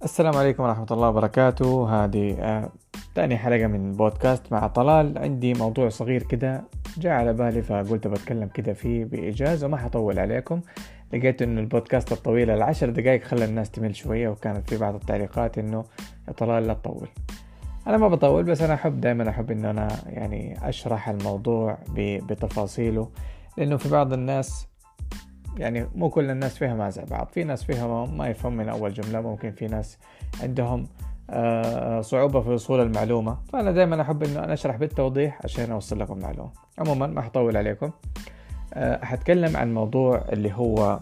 السلام عليكم ورحمة الله وبركاته. هذه تاني حلقة من بودكاست مع طلال. عندي موضوع صغير كده جاء على بالي فقلت بتكلم كده فيه بإيجاز وما حطول عليكم. لقيت إنه البودكاست الطويل 10 دقائق خلى الناس تمل شوية، وكانت في بعض التعليقات إنه يا طلال لا تطول. أنا ما بطول، بس أنا دائما أحب إنه أنا يعني أشرح الموضوع بتفاصيله، لأنه في بعض الناس يعني مو كل الناس فيها زي بعض. في ناس فيها ما يفهم من أول جملة، ممكن في ناس عندهم صعوبة في وصول المعلومة. فأنا دائما أحب أنه أنا أشرح بالتوضيح عشان أوصل لكم معلومة. عموما ما حطول عليكم، حتكلم عن موضوع اللي هو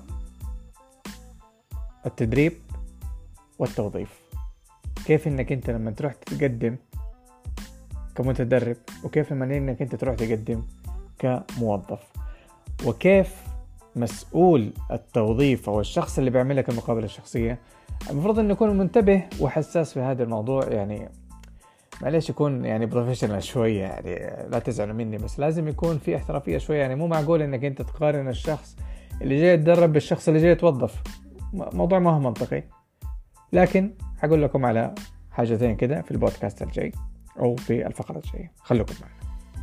التدريب والتوظيف. كيف أنك أنت لما تروح تقدم كمتدرب، وكيف لما أنك أنت تروح تقدم كموظف، وكيف مسؤول التوظيف أو الشخص اللي بيعمل لك المقابلة الشخصية المفروض أن يكون منتبه وحساس في هذا الموضوع. يعني معليش يكون يعني بروفيشنال شوية، يعني لا تزعلوا مني، بس لازم يكون في احترافية شوية. يعني مو معقول أنك أنت تقارن الشخص اللي جاي يتدرب بالشخص اللي جاي يتوظف. موضوع ما هو منطقي. لكن هقول لكم على حاجتين كده في البودكاست الجاي أو في الفقرة الجاية، خلوكم معنا.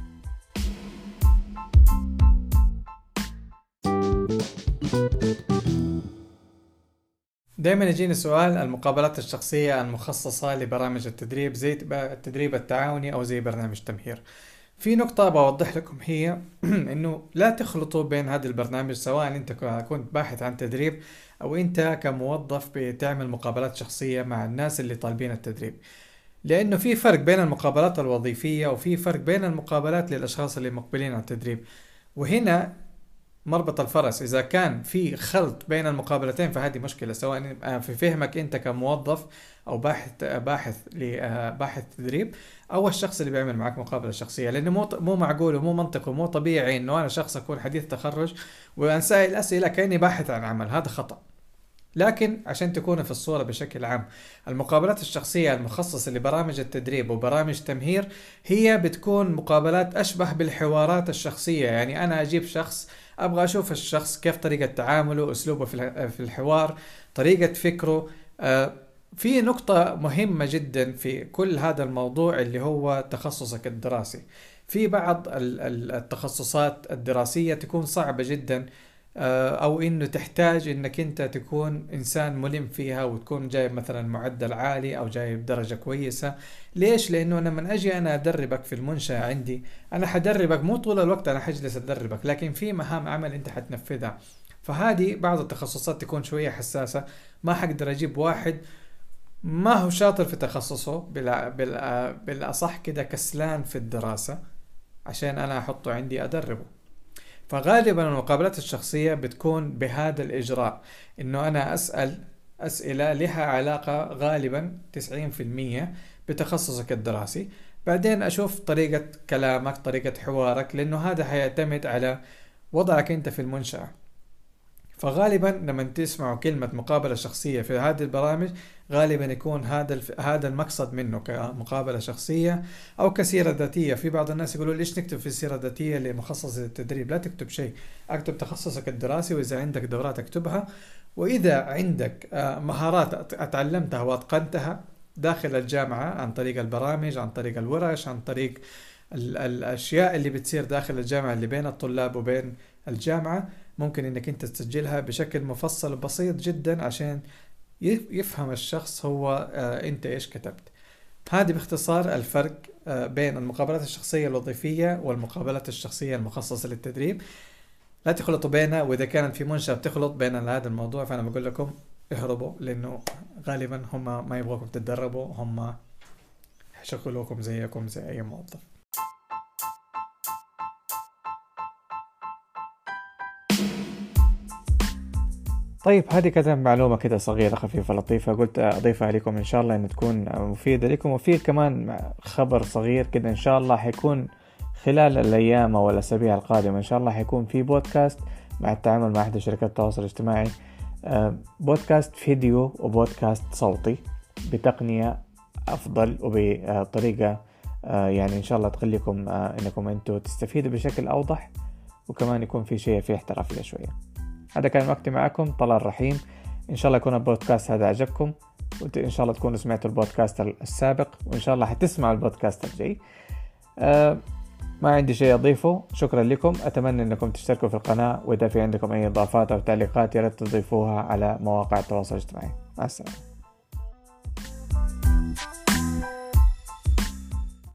دائما يجيني سؤال: المقابلات الشخصية المخصصة لبرامج التدريب زي التدريب التعاوني أو زي برنامج تمهير. في نقطة بوضح لكم هي إنه لا تخلطوا بين هذا البرنامج، سواء أنت كنت باحث عن تدريب أو أنت كموظف بتعمل مقابلات شخصية مع الناس اللي طالبين التدريب. لأنه في فرق بين المقابلات الوظيفية وفي فرق بين المقابلات للأشخاص اللي مقبلين على التدريب. وهنا مربط الفرس. إذا كان في خلط بين المقابلتين فهذه مشكلة، سواء في فهمك أنت كموظف أو باحث تدريب، أو الشخص اللي بيعمل معك مقابلة شخصية. لأنه مو معقول ومو منطقي ومو طبيعي إنه أنا شخص أكون حديث تخرج وأنسأل أسئلة كأني باحث عن عمل. هذا خطأ. لكن عشان تكون في الصورة بشكل عام، المقابلات الشخصية المخصصة لبرامج التدريب وبرامج تمهير هي بتكون مقابلات أشبه بالحوارات الشخصية. يعني أنا أجيب شخص، أبغى أشوف الشخص كيف طريقة تعامله، أسلوبه في الحوار، طريقة فكره. في نقطة مهمة جدا في كل هذا الموضوع اللي هو تخصصك الدراسي. في بعض التخصصات الدراسية تكون صعبة جدا، او انه تحتاج انك انت تكون انسان ملم فيها وتكون جايب مثلا معدل عالي او جايب درجة كويسة. ليش؟ لانه انا من اجي انا ادربك في المنشأة عندي، انا حدربك مو طول الوقت انا حجلس ادربك، لكن في مهام عمل انت حتنفذها. فهذه بعض التخصصات تكون شوية حساسة. ما حقدر اجيب واحد ما هو شاطر في تخصصه، بالاصح كده كسلان في الدراسة، عشان انا احطه عندي ادربه. فغالبا المقابلات الشخصية بتكون بهذا الإجراء، إنه أنا أسأل أسئلة لها علاقة غالبا 90% بتخصصك الدراسي. بعدين أشوف طريقة كلامك، طريقة حوارك، لأنه هذا هيعتمد على وضعك أنت في المنشأة. فغالبا لما تسمعوا كلمة مقابلة شخصية في هذه البرامج، غالبا يكون هذا المقصد منه كمقابلة شخصية أو كسيرة ذاتية. في بعض الناس يقولوا ليش نكتب في السيرة الذاتية اللي مخصصة للتدريب؟ لا تكتب شيء، اكتب تخصصك الدراسي، وإذا عندك دورات اكتبها، وإذا عندك مهارات اتعلمتها واتقنتها داخل الجامعة عن طريق البرامج، عن طريق الورش، عن طريق الأشياء اللي بتصير داخل الجامعة اللي بين الطلاب وبين الجامعة، ممكن انك انت تسجلها بشكل مفصل وبسيط جدا عشان يفهم الشخص هو انت ايش كتبت. هذه باختصار الفرق بين المقابلات الشخصية الوظيفية والمقابلات الشخصية المخصصة للتدريب. لا تخلطوا بينها، واذا كانت في منشأة بتخلط بين هذا الموضوع فانا بقول لكم اهربوا، لانه غالبا هم ما يبغوكم تتدربوا، هم يشغلوكم زيكم زي اي موظف. طيب، هذه كانت معلومة كده صغيرة خفيفة لطيفة، قلت أضيفها لكم إن شاء الله إن تكون مفيدة لكم. وفي كمان خبر صغير كده إن شاء الله حيكون خلال الأيام أو الأسابيع القادمة. إن شاء الله حيكون في بودكاست مع التعامل مع إحدى شركات التواصل الاجتماعي، بودكاست فيديو وبودكاست صوتي بتقنية أفضل وبطريقة يعني إن شاء الله تخليكم إنكم أنتوا تستفيدوا بشكل أوضح، وكمان يكون في شيء فيه احترافية شوية. هذا كان وقتي معكم طلال رحيم. إن شاء الله يكون البودكاست هذا عجبكم. وانت ان شاء الله تكونوا سمعتوا البودكاست السابق، وان شاء الله حتسمعوا البودكاست الجاي. ما عندي شيء اضيفه. شكرا لكم، اتمنى انكم تشتركوا في القناة، واذا في عندكم اي اضافات او تعليقات يا ريت تضيفوها على مواقع التواصل الاجتماعي. مع السلامة.